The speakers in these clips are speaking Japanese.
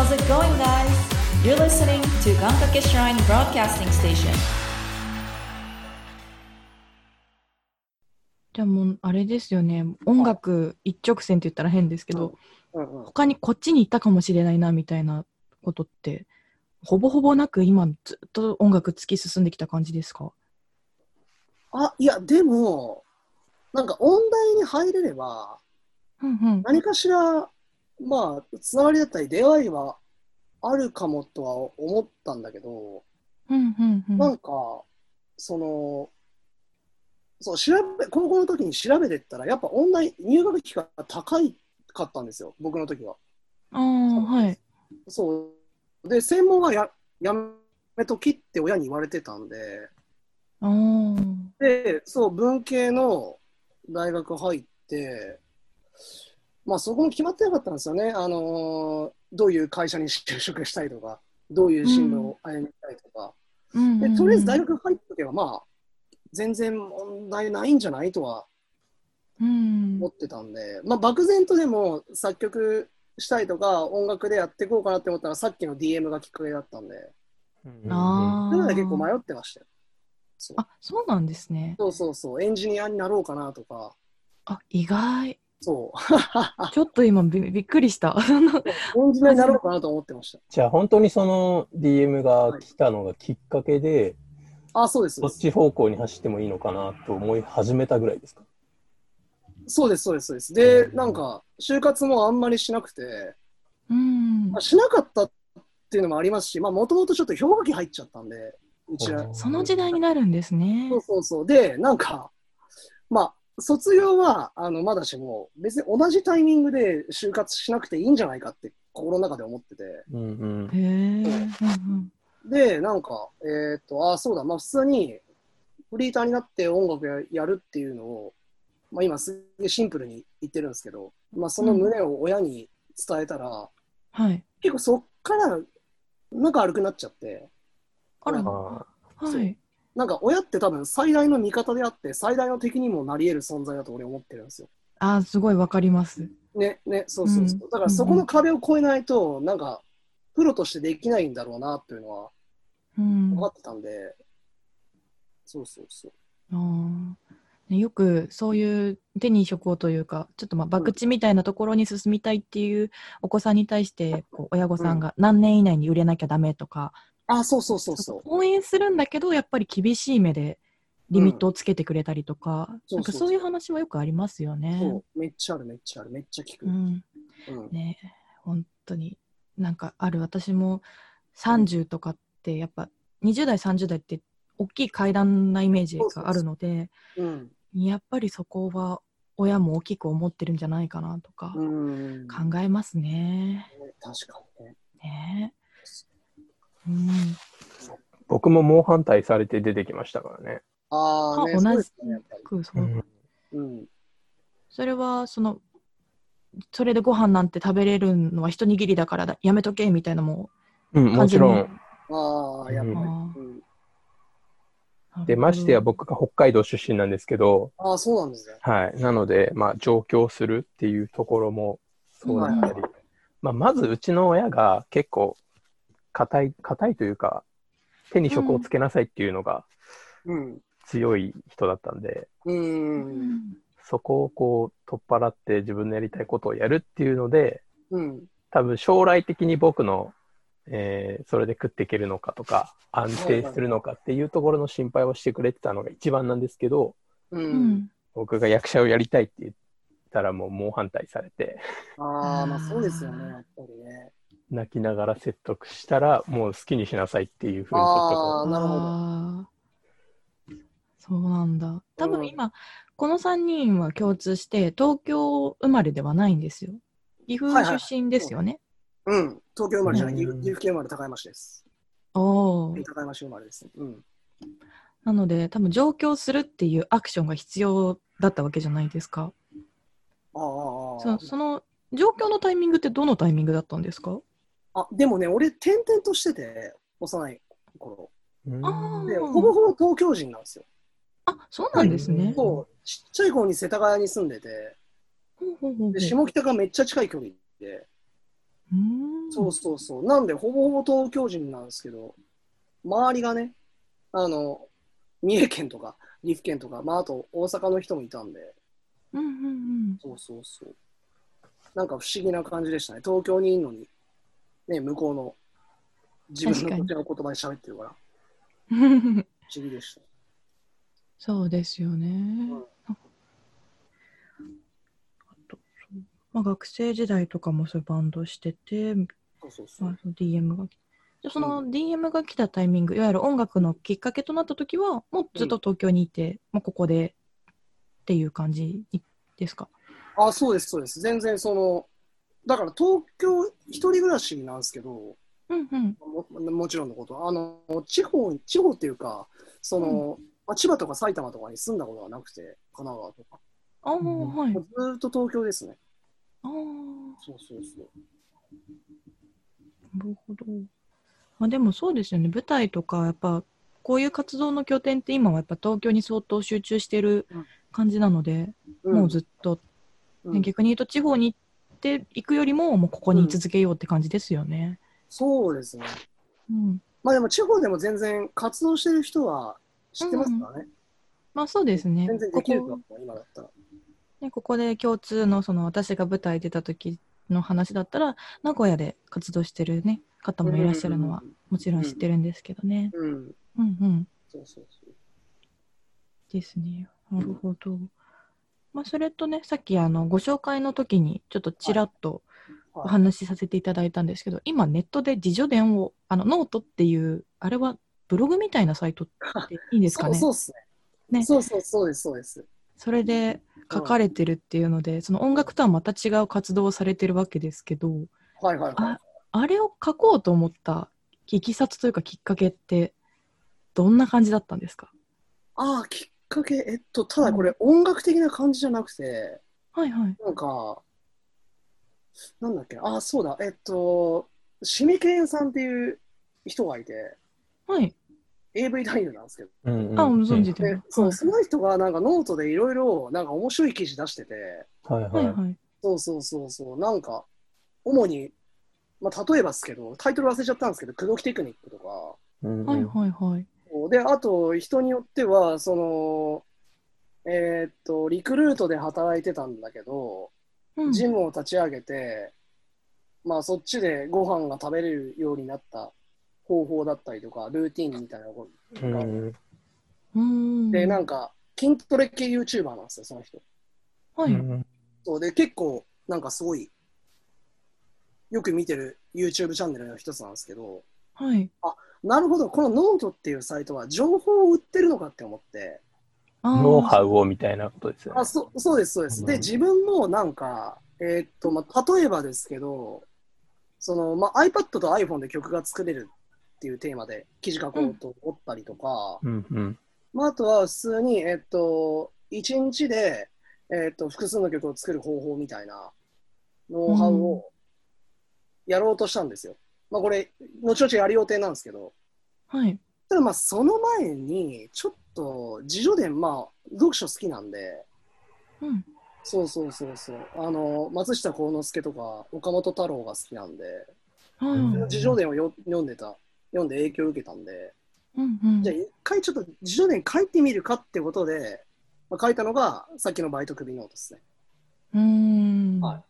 How's it going, guys? You're listening to Gankake Shrine Broadcasting Station. じゃあもうあれですよね、音楽一直線って言ったら変ですけど、他にこっちに行ったかもしれないなみたいなことってほぼほぼなく今ずっと音楽突き進んできた感じですか？ いや、でも、なんか音大に入れれば、何かしら、まあ、つながりだったり出会いはあるかもとは思ったんだけど、なんか、そう高校の時に調べてったら、やっぱ音大入学費が高かったんですよ、僕の時は。 はい。 そう。で、専門はやめときって親に言われてたんで、で、そう、文系の大学入って、まあそこも決まってなかったんですよね。どういう会社に就職したいとか、どういう進路を歩みたいとか。で、とりあえず大学入った時は、まあ、全然問題ないんじゃないとは思ってたんで、まあ漠然とでも作曲したいとか、音楽でやっていこうかなって思ったら、さっきの DM がきっかけだったんで、それまで結構迷ってましたよ。 そうなんですね。 そう、エンジニアになろうかなとか。 意外。 そう。 ちょっと今びっくりした。 エンジニアになろうかなと思ってました。 じゃあ本当にその DM が来たのがきっかけで、 そうです。 どっち方向に走ってもいいのかなと思い始めたぐらいですか？ そうです。で、なんか、就活もあんまりしなくて、しなかったっていうのもありますし、まあ、もともとちょっと氷河期入っちゃったんで、うちは。 その時代になるんですね。 そう。で、なんか、まあ、卒業は、まだしも、別に同じタイミングで就活しなくていいんじゃないかって心の中で思ってて。で、なんか、そうだ、まあ、普通に、フリーターになって音楽やるっていうのを、まあ、今すげえシンプルに言ってるんですけど、まあ、その胸を親に伝えたら、結構そっから仲悪くなっちゃって、なんか親って多分最大の味方であって最大の敵にもなり得る存在だと俺思ってるんですよ。 すごいわかります。 ね、そう。だからそこの壁を越えないと、なんかプロとしてできないんだろうなっていうのは分かってたんで、そう。 よくそういう手に職をというか、ちょっと博打みたいなところに進みたいっていうお子さんに対して親御さんが何年以内に売れなきゃダメとか、 そう応援するんだけどやっぱり厳しい目でリミットをつけてくれたりとか、なんかそういう話はよくありますよね。 めっちゃある、めっちゃ聞く。 ね、本当になんかある。私も30とかってやっぱ20代30代って大きい階段なイメージがあるので、やっぱりそこは親も大きく思ってるんじゃないかなとか考えますね。 確かにね。 僕も猛反対されて出てきましたからね。 同じくそう。それはそれでご飯なんて食べれるのは一握りだからやめとけみたいなももちろん。 やっぱり。 で、ましてや僕が北海道出身なんですけど、 そうなんですね。 はい。なので、まあ、上京するっていうところもそうだったり、まずうちの親が結構硬いというか、手に職をつけなさいっていうのが強い人だったんで、そこをこう取っ払って自分のやりたいことをやるっていうので、多分将来的に僕のそれで食っていけるのかとか安定するのかっていうところの心配をしてくれてたのが一番なんですけど、僕が役者をやりたいって言ったらもう猛反対されてまあそうですよね、やっぱりね。 泣きながら説得したらもう好きにしなさいっていうふうにちょっとなるほど。 そうなんだ。多分今この3人は共通して東京生まれではないんですよ。岐阜出身ですよね。 東京生まれじゃない、岐阜県生まれ高山市です。高山市生まれですね。 なので多分上京するっていうアクションが必要だったわけじゃないですか。その上京のタイミングってどのタイミングだったんですか？ でもね、俺転々としてて、幼い頃。で、ほぼほぼ東京人なんですよ。 そうなんですね。 ちっちゃい頃に世田谷に住んでて、で下北がめっちゃ近い距離で、 そうそうそう。なんで、ほぼほぼ東京人なんですけど、周りがね、三重県とか、岐阜県とか、まあ、あと大阪の人もいたんで、 うんうんうん。 そうそうそう。なんか不思議な感じでしたね。東京にいるのに、ね、向こうの自分のこっちの言葉で喋ってるから、不思議でした。 そうですよね。あとまあ、学生時代とかもそういうバンドしてて、 そうそうそう。 まあ、その DM が来て。でその DM が来たタイミング、いわゆる音楽のきっかけとなった時は、もうずっと東京にいて、もうここでっていう感じですか？ あ、そうです、そうです。全然だから東京一人暮らしなんですけど、 うんうん。 もちろんのこと、地方っていうか、まあ、千葉とか埼玉とかに住んだことがなくて、神奈川とか。 ああ、はい。 ずーっと東京ですね。 ああ、 そうそうそう。 なるほど。まあでもそうですよね。舞台とか、やっぱ、こういう活動の拠点って今はやっぱ東京に相当集中してる感じなので、もうずっと、ね、逆に言うと地方に行っていくよりも、もうここに居続けようって感じですよね。 そうですね。 うん。 まあでも地方でも全然活動してる人は知ってますからね。 まあそうですね。 全然できると思う、今だったら。 ね、ここで共通の私が舞台出た時の話だったら、名古屋で活動してるね、方もいらっしゃるのはもちろん知ってるんですけどね。うんうん。 そうそうそう。 ですね。なるほど。まあそれとね、さっきご紹介の時にちょっとちらっとお話しさせていただいたんですけど、今ネットで自叙伝を、ノートっていう、あれはブログみたいなサイトっていいんですかね。 そうですね。そうです、そうです。 それで書かれてるっていうので、その音楽とはまた違う活動をされてるわけですけど、あれを書こうと思ったいきさつというかきっかけってどんな感じだったんですか？ きっかけ、ただこれ音楽的な感じじゃなくて、 はいはい。 なんか、なんだっけ、そうだ、シミケンさんっていう人がいて、 はい。 AV 男優なんですけど、 ご存知で。 その人がなんかノートでいろいろなんか面白い記事出してて、 はいはい。 そう、なんか、主に、まあ、例えばですけど、タイトル忘れちゃったんですけど、口説きテクニックとか、 はいはいはい。 で、あと、人によっては、リクルートで働いてたんだけど、ジムを立ち上げて、まあ、そっちでご飯が食べれるようになった方法だったりとか、ルーティンみたいなことがある。で、なんか、筋トレ系 YouTuber なんですよ、その人。 はい。 そうで、結構、なんかすごい、よく見てる YouTube チャンネルの一つなんですけど、 はい。 なるほど、このノートっていうサイトは情報を売ってるのかって思って、 ノウハウをみたいなことですよね。 そうです、そうです。で、自分もなんか、まあ、例えばですけど、まあ、iPad と iPhone で曲が作れるっていうテーマで記事書こうと思ったりとか、まあ、あとは普通に、1日で、複数の曲を作る方法みたいなノウハウをやろうとしたんですよ。まあ、これ、後々やる予定なんですけど、 はい。 ただまあ、その前に、ちょっと、自叙伝、まあ、読書好きなんで、そう、松下幸之助とか、岡本太郎が好きなんで、自叙伝を読んで影響を受けたんで、じゃあ一回ちょっと自叙伝書いてみるかってことで、まあ、書いたのが、さっきのバイト首ノートですね。 はい。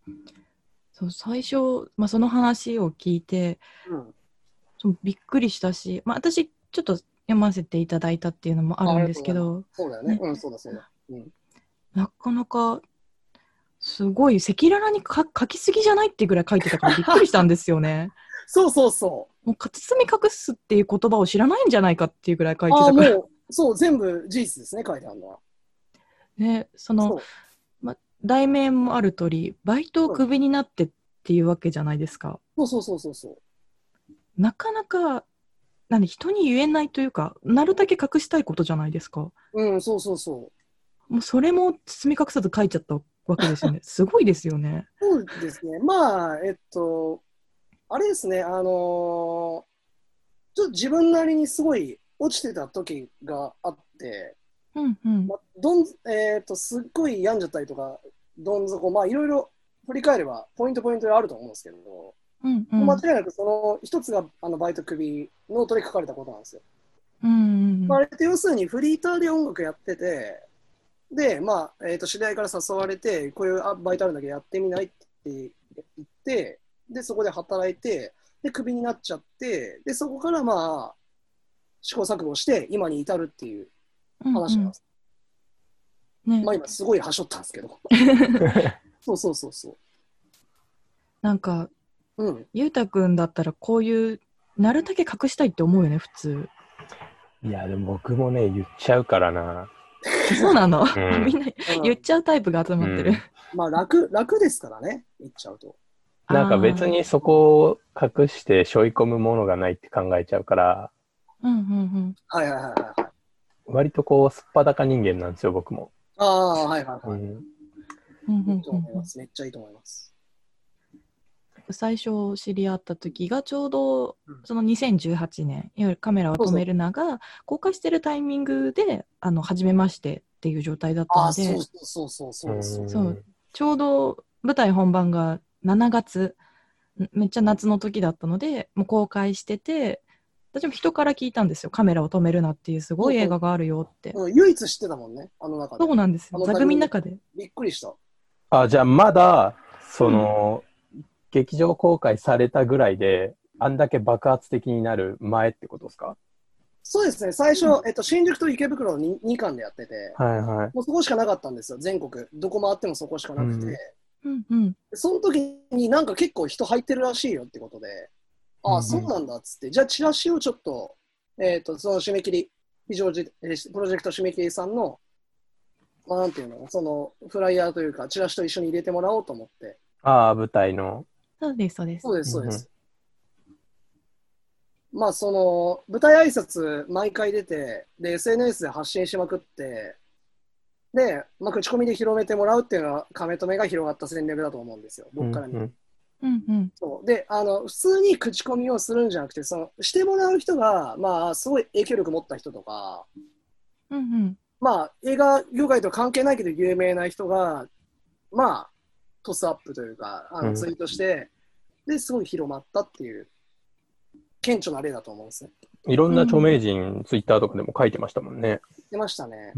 そう、最初、まあ、その話を聞いて、びっくりしたし、まあ、私、ちょっと読ませていただいたっていうのもあるんですけど、 そうだよね。そうだ。 なかなか、すごい、赤裸々に書きすぎじゃないっていうぐらい書いてたからびっくりしたんですよね。 そう。 もう、包み隠すっていう言葉を知らないんじゃないかっていうぐらい書いてたから。 そう、全部事実ですね、書いてあるのは。 ね、ま、題名もある通り、バイトをクビになってっていうわけじゃないですか。 そう。 なかなか、人に言えないというか、なるだけ隠したいことじゃないですか。 そう。 もうそれも包み隠さず書いちゃったわけですよね。すごいですよね。 そうですね。まあ、あれですね、ちょっと自分なりにすごい落ちてた時があって、まあ、すっごい病んじゃったりとか、どん底、まあいろいろ振り返ればポイントであると思うんですけど、 うんうん。 間違いなくその一つがバイト首ノートで書かれたことなんですよ。 うんうんあれって要するにフリーターで音楽やってて、で、知り合いから誘われて、こういうバイトあるんだけどやってみないって言って、で、そこで働いて、で、クビになっちゃって、で、そこから試行錯誤して今に至るっていう話なんです。 ね、 今すごいはしょったんですけど。そう。 なんか、ゆうたくんだったらこういう、なるだけ隠したいって思うよね、普通。 いや、でも僕もね、言っちゃうからな。 そうなの、 うん、 みんな言っちゃうタイプが集まってる。 楽ですからね、言っちゃうと。 なんか別にそこを隠して背負い込むものがないって考えちゃうから、 はい。 割とこう、すっぱだか人間なんですよ、僕も。 はい。いいと思います。めっちゃいいと思います。 最初知り合った時がちょうどその2018年、いわゆるカメラを止めるなが公開してるタイミングで初めましてっていう状態だったので、そうちょうど舞台本番が7月、めっちゃ夏の時だったので、もう公開してて、私も人から聞いたんですよ。カメラを止めるなっていうすごい映画があるよって。 唯一知ってたもんね、あの中で。 そうなんですよ。座組の中で。 びっくりした。 じゃあまだその、劇場公開されたぐらいで、あんだけ爆発的になる前ってことですか？ そうですね、最初、新宿と池袋の 2巻でやってて、もうそこしかなかったんですよ、全国。どこ回ってもそこしかなくて。その時になんか結構人入ってるらしいよってことで、そうなんだっつって、じゃあチラシをちょっと、その締め切り、プロジェクト締め切りさんの、なんていうの、そのフライヤーというか、チラシと一緒に入れてもらおうと思って。 舞台の。 そうです。 その舞台挨拶毎回出て、で SNS で発信しまくって、で、口コミで広めてもらうっていうのは亀止めが広がった戦略だと思うんですよ、僕から見る。そうで、普通に口コミをするんじゃなくて、してもらう人が、すごい影響力持った人とか、映画業界と関係ないけど有名な人が、トスアップというか、ツイートして、ですごい広まったっていう、顕著な例だと思うんですね。 いろんな著名人、ツイッターとかでも書いてましたもんね。 出ましたね。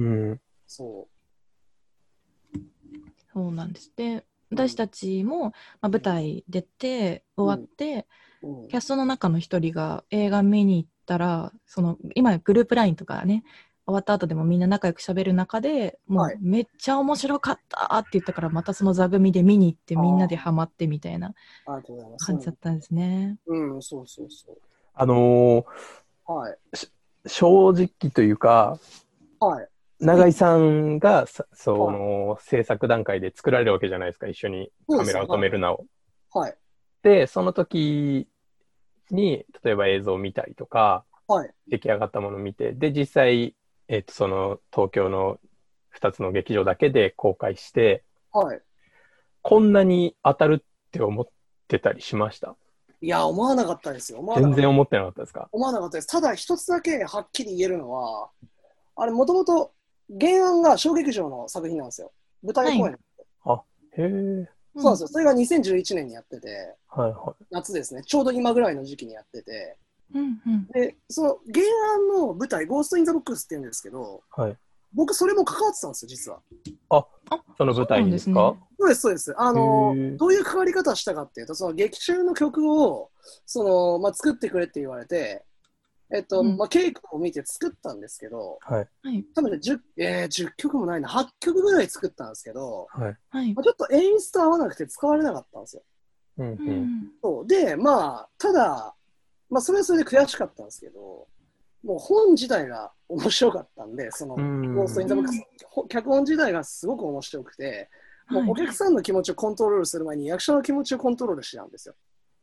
そうなんです。で、私たちも、舞台出て終わって、キャストの中の一人が映画見に行ったら、今グループ LINE とかね、終わった後でもみんな仲良く喋る中で、もうめっちゃ面白かったって言ったから、またその座組で見に行ってみんなでハマってみたいな感じだったんですね。 そう。 正直というか、永井さんが制作段階で作られるわけじゃないですか、一緒にカメラを止めるなを。で、その時に例えば映像を見たりとか、出来上がったものを見て、で実際、その東京の2つの劇場だけで公開して、こんなに当たるって思ってたりしました？ いや、思わなかったですよ。 全然思ってなかったですか？ 思わなかったです。ただ一つだけはっきり言えるのは、あれもともと原案が小劇場の作品なんですよ。舞台公演。そうなんですよ。それが2011年にやってて、夏ですね。ちょうど今ぐらいの時期にやってて、で、その原案の舞台、ゴースト・イン・ザ・ボックスって言うんですけど、僕それも関わってたんですよ、実は。 その舞台にですか？ そうです。どういう関わり方したかっていうと、その劇中の曲を作ってくれって言われて、稽古を見て作ったんですけど、多分ね、10曲もないな、8曲ぐらい作ったんですけど、ちょっと演出と合わなくて使われなかったんですよ。で、ただ、それはそれで悔しかったんですけど、もう本自体が面白かったんで、そのゴースト・イン・ザ・ボックス、脚本自体がすごく面白くて、もうお客さんの気持ちをコントロールする前に役者の気持ちをコントロールしてたんですよ。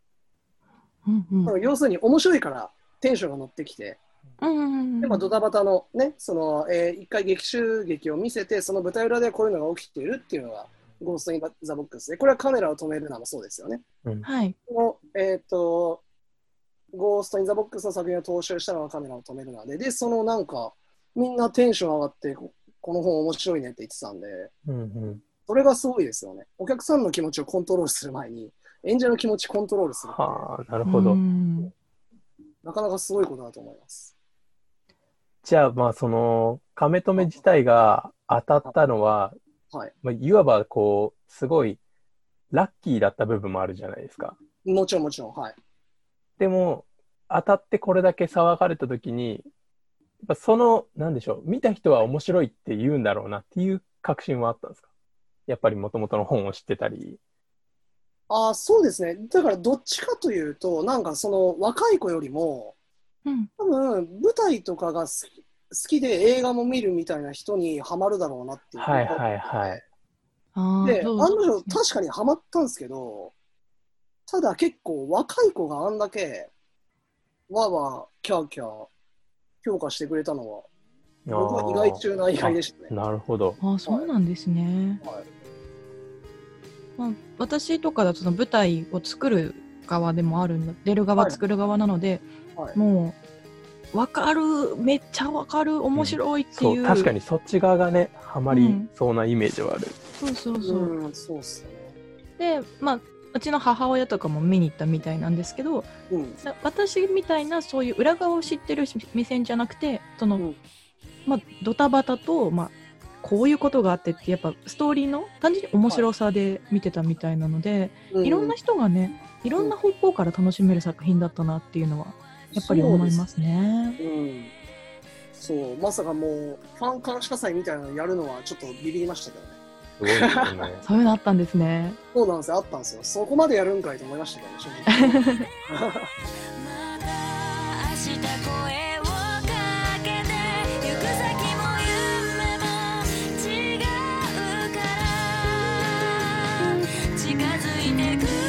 要するに面白いからテンションが乗ってきて、でドタバタのね、一回劇中劇を見せて、その舞台裏でこういうのが起きているっていうのがゴースト・イン・ザ・ボックスで、これはカメラを止めるのもそうですよね。ゴースト・イン・ザ・ボックスの作品を踏襲したのはカメラを止めるので、なんかみんなテンション上がってこの本面白いねって言ってたんで、それがすごいですよね。お客さんの気持ちをコントロールする前に演者の気持ちコントロールする。 はあ、なるほど。 なかなかすごいことだと思います。 じゃあ、まあ、その、亀止め自体が当たったのは、 はい。 まあ、いわば、こう、すごい、ラッキーだった部分もあるじゃないですか。 もちろん、もちろん、はい。 でも、当たってこれだけ騒がれたときに、やっぱその、なんでしょう、見た人は面白いって言うんだろうなっていう確信はあったんですか？やっぱりもともとの本を知ってたり。 そうですね。だからどっちかというと、なんかその若い子よりも、多分舞台とかが好きで映画も見るみたいな人にハマるだろうなっていう。 はいはいはい。 で、案の定確かにハマったんですけど、ただ結構若い子があんだけ、わーわー、キャーキャー、評価してくれたのは、僕は意外中な意外でしたね。 なるほど。 そうなんですね。 はい。 まあ、私とかだとその舞台を作る側でもあるんだ、出る側、作る側なので、もう分かる、めっちゃ分かる、面白いっていう、 そう、確かにそっち側がね、ハマりそうなイメージはある。 そうそうそう。 そうっすね。 で、まあうちの母親とかも見に行ったみたいなんですけど、私みたいなそういう裏側を知ってる目線じゃなくて、その、まあドタバタと、まあこういうことがあってってやっぱストーリーの単純に面白さで見てたみたいなので、いろんな人がね、いろんな方向から楽しめる作品だったなっていうのはやっぱり思いますね。 そう、まさかもうファン感謝祭みたいなのやるのはちょっとビビりましたけどね。 すごいですね。 そういうのあったんですね。 そうなんですよ、あったんですよ。そこまでやるんかいと思いましたけどね、正直。 近づいてく